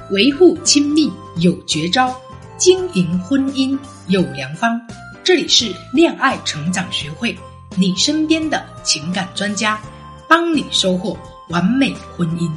维护亲密有绝招，经营婚姻有良方。这里是恋爱成长学会，你身边的情感专家，帮你收获完美婚姻。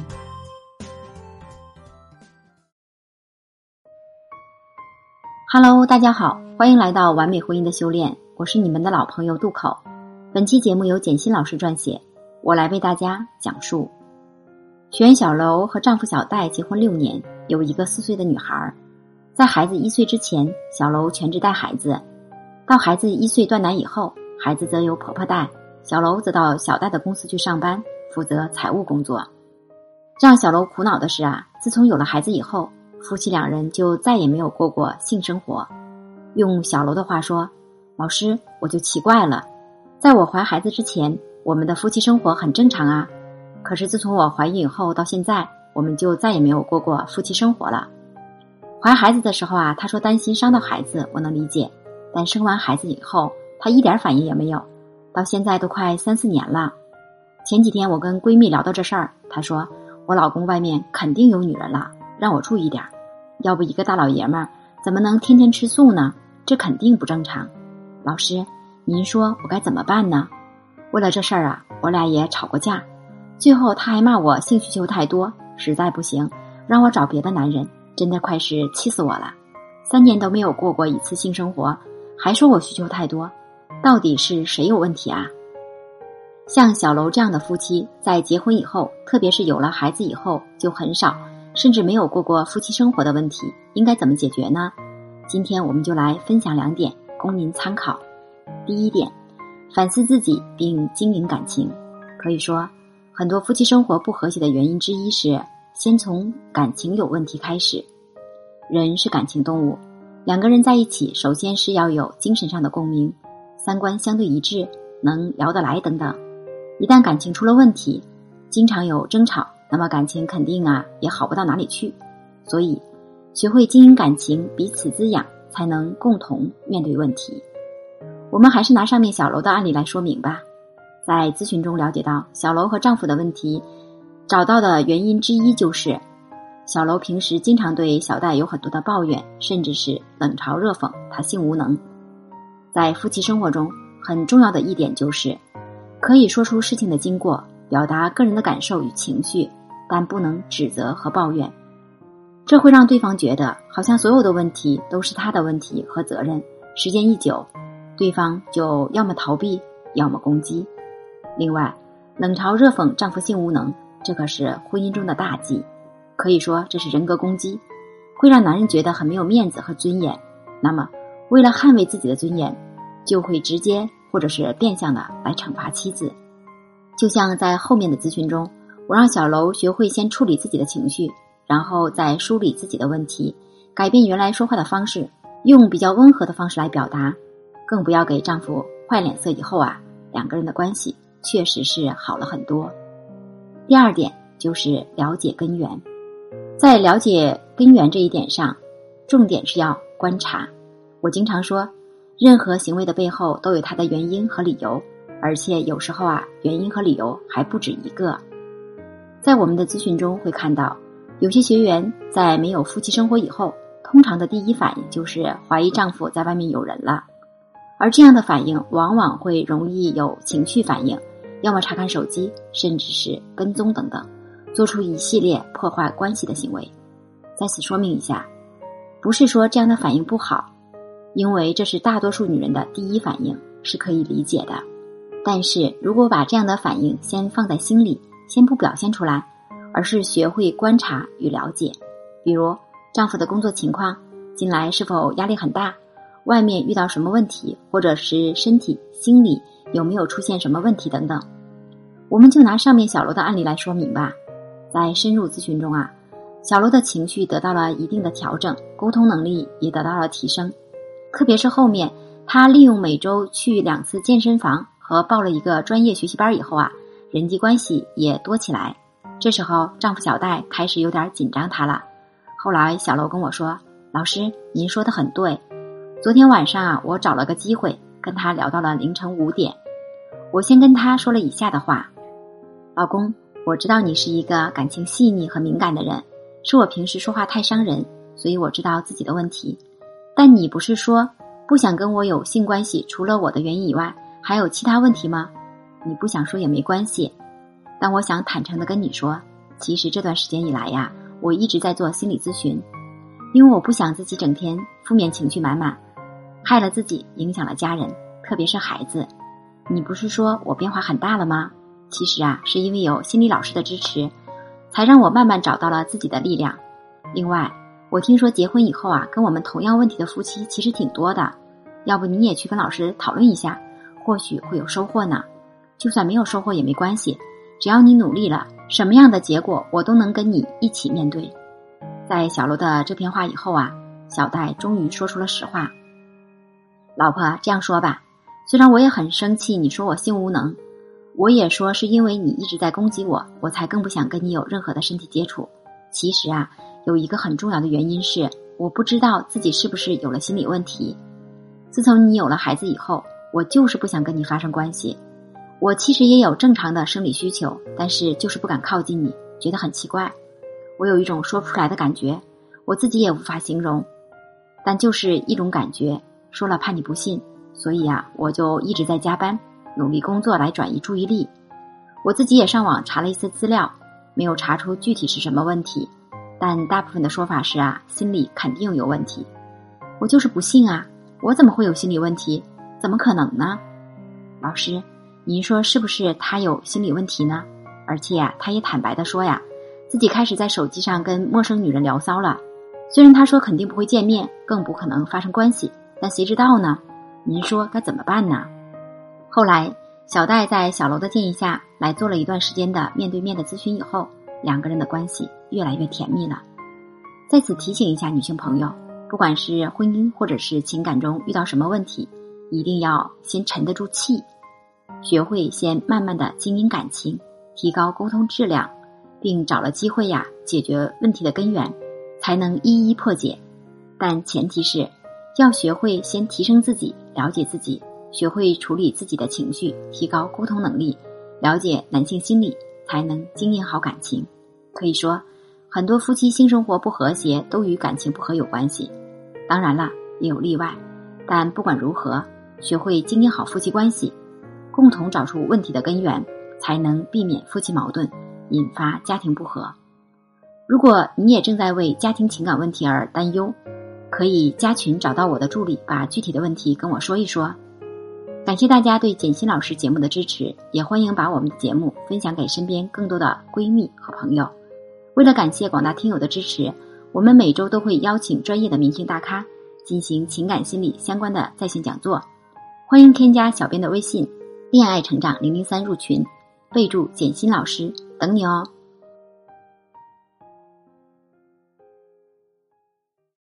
Hello， 大家好，欢迎来到完美婚姻的修炼，我是你们的老朋友渡口。本期节目由简心老师撰写，我来为大家讲述。学员小楼和丈夫小戴结婚6年，有一个4岁的女孩。在孩子1岁之前，小楼全职带孩子，到孩子1岁断奶以后，孩子则由婆婆带，小楼则到小戴的公司去上班，负责财务工作。让小楼苦恼的是自从有了孩子以后，夫妻2人就再也没有过过性生活。用小楼的话说，老师，我就奇怪了，在我怀孩子之前，我们的夫妻生活很正常可是自从我怀孕以后到现在，我们就再也没有过过夫妻生活了。怀孩子的时候他说担心伤到孩子，我能理解，但生完孩子以后，他一点反应也没有，到现在都快3-4年了。前几天我跟闺蜜聊到这事儿，她说我老公外面肯定有女人了，让我注意点，要不一个大老爷们儿怎么能天天吃素呢？这肯定不正常。老师，您说我该怎么办呢？为了这事儿我俩也吵过架，最后他还骂我性需求太多，实在不行让我找别的男人，真的快是气死我了。3年都没有过过一次性生活，还说我需求太多，到底是谁有问题像小楼这样的夫妻，在结婚以后，特别是有了孩子以后，就很少甚至没有过过夫妻生活的问题，应该怎么解决呢？今天我们就来分享2点供您参考。第一点，反思自己并经营感情。可以说很多夫妻生活不和谐的原因之一是先从感情有问题开始。人是感情动物，2个人在一起，首先是要有精神上的共鸣，3观相对一致，能聊得来等等。一旦感情出了问题，经常有争吵，那么感情肯定也好不到哪里去。所以学会经营感情，彼此滋养，才能共同面对问题。我们还是拿上面小楼的案例来说明吧。在咨询中了解到，小楼和丈夫的问题找到的原因之一就是小楼平时经常对小戴有很多的抱怨，甚至是冷嘲热讽他性无能。在夫妻生活中，很重要的一点就是可以说出事情的经过，表达个人的感受与情绪，但不能指责和抱怨。这会让对方觉得好像所有的问题都是他的问题和责任，时间一久，对方就要么逃避，要么攻击。另外，冷嘲热讽丈夫性无能，这可是婚姻中的大忌，可以说这是人格攻击，会让男人觉得很没有面子和尊严。那么为了捍卫自己的尊严，就会直接或者是变相的来惩罚妻子。就像在后面的咨询中，我让小楼学会先处理自己的情绪，然后再梳理自己的问题，改变原来说话的方式，用比较温和的方式来表达，更不要给丈夫坏脸色。以后2个人的关系确实是好了很多。第2点就是了解根源。在了解根源这一点上，重点是要观察。我经常说，任何行为的背后都有它的原因和理由，而且有时候原因和理由还不止一个。在我们的咨询中会看到，有些学员在没有夫妻生活以后，通常的第一反应就是怀疑丈夫在外面有人了，而这样的反应往往会容易有情绪反应，要么查看手机，甚至是跟踪等等，做出一系列破坏关系的行为。在此说明一下，不是说这样的反应不好，因为这是大多数女人的第一反应，是可以理解的。但是如果把这样的反应先放在心里，先不表现出来，而是学会观察与了解，比如丈夫的工作情况，近来是否压力很大，外面遇到什么问题，或者是身体心理有没有出现什么问题等等。我们就拿上面小楼的案例来说明吧。在深入咨询中小楼的情绪得到了一定的调整，沟通能力也得到了提升，特别是后面她利用每周去2次健身房和报了一个专业学习班以后人际关系也多起来。这时候丈夫小戴开始有点紧张她了。后来小楼跟我说，老师，您说的很对，昨天晚上我找了个机会跟他聊到了凌晨5点。我先跟他说了以下的话，老公，我知道你是一个感情细腻和敏感的人， 是我平时说话太伤人，所以我知道自己的问题。但你不是说不想跟我有性关系，除了我的原因以外，还有其他问题吗？你不想说也没关系，但我想坦诚地跟你说，其实这段时间以来呀，我一直在做心理咨询，因为我不想自己整天负面情绪满满，害了自己，影响了家人，特别是孩子。你不是说我变化很大了吗？其实啊，是因为有心理老师的支持，才让我慢慢找到了自己的力量。另外，我听说结婚以后啊，跟我们同样问题的夫妻其实挺多的，要不你也去跟老师讨论一下，或许会有收获呢。就算没有收获也没关系，只要你努力了，什么样的结果我都能跟你一起面对。在小楼的这篇话以后啊，小戴终于说出了实话。老婆，这样说吧，虽然我也很生气你说我性无能，我也说是因为你一直在攻击我，我才更不想跟你有任何的身体接触。其实啊，有一个很重要的原因是，我不知道自己是不是有了心理问题。自从你有了孩子以后，我就是不想跟你发生关系。我其实也有正常的生理需求，但是就是不敢靠近你，觉得很奇怪。我有一种说不出来的感觉，我自己也无法形容，但就是一种感觉，说了怕你不信，所以啊，我就一直在加班，努力工作来转移注意力。我自己也上网查了一些资料，没有查出具体是什么问题，但大部分的说法是啊，心理肯定有问题。我就是不信啊，我怎么会有心理问题？怎么可能呢？老师，您说是不是他有心理问题呢？而且呀，他也坦白地说呀，自己开始在手机上跟陌生女人聊骚了。虽然他说肯定不会见面，更不可能发生关系，但谁知道呢？您说该怎么办呢？后来小戴在小楼的建议下来做了一段时间的面对面的咨询以后，两个人的关系越来越甜蜜了。在此提醒一下女性朋友，不管是婚姻或者是情感中遇到什么问题，一定要先沉得住气，学会先慢慢的经营感情，提高沟通质量，并找了机会呀解决问题的根源，才能一一破解。但前提是要学会先提升自己，了解自己，学会处理自己的情绪，提高沟通能力，了解男性心理，才能经营好感情。可以说，很多夫妻性生活不和谐都与感情不和有关系，当然了，也有例外。但不管如何，学会经营好夫妻关系，共同找出问题的根源，才能避免夫妻矛盾，引发家庭不和。如果你也正在为家庭情感问题而担忧，可以加群找到我的助理，把具体的问题跟我说一说。感谢大家对简心老师节目的支持，也欢迎把我们的节目分享给身边更多的闺蜜和朋友。为了感谢广大听友的支持，我们每周都会邀请专业的明星大咖进行情感心理相关的在线讲座，欢迎添加小编的微信恋爱成长003入群，备注简心老师，等你哦。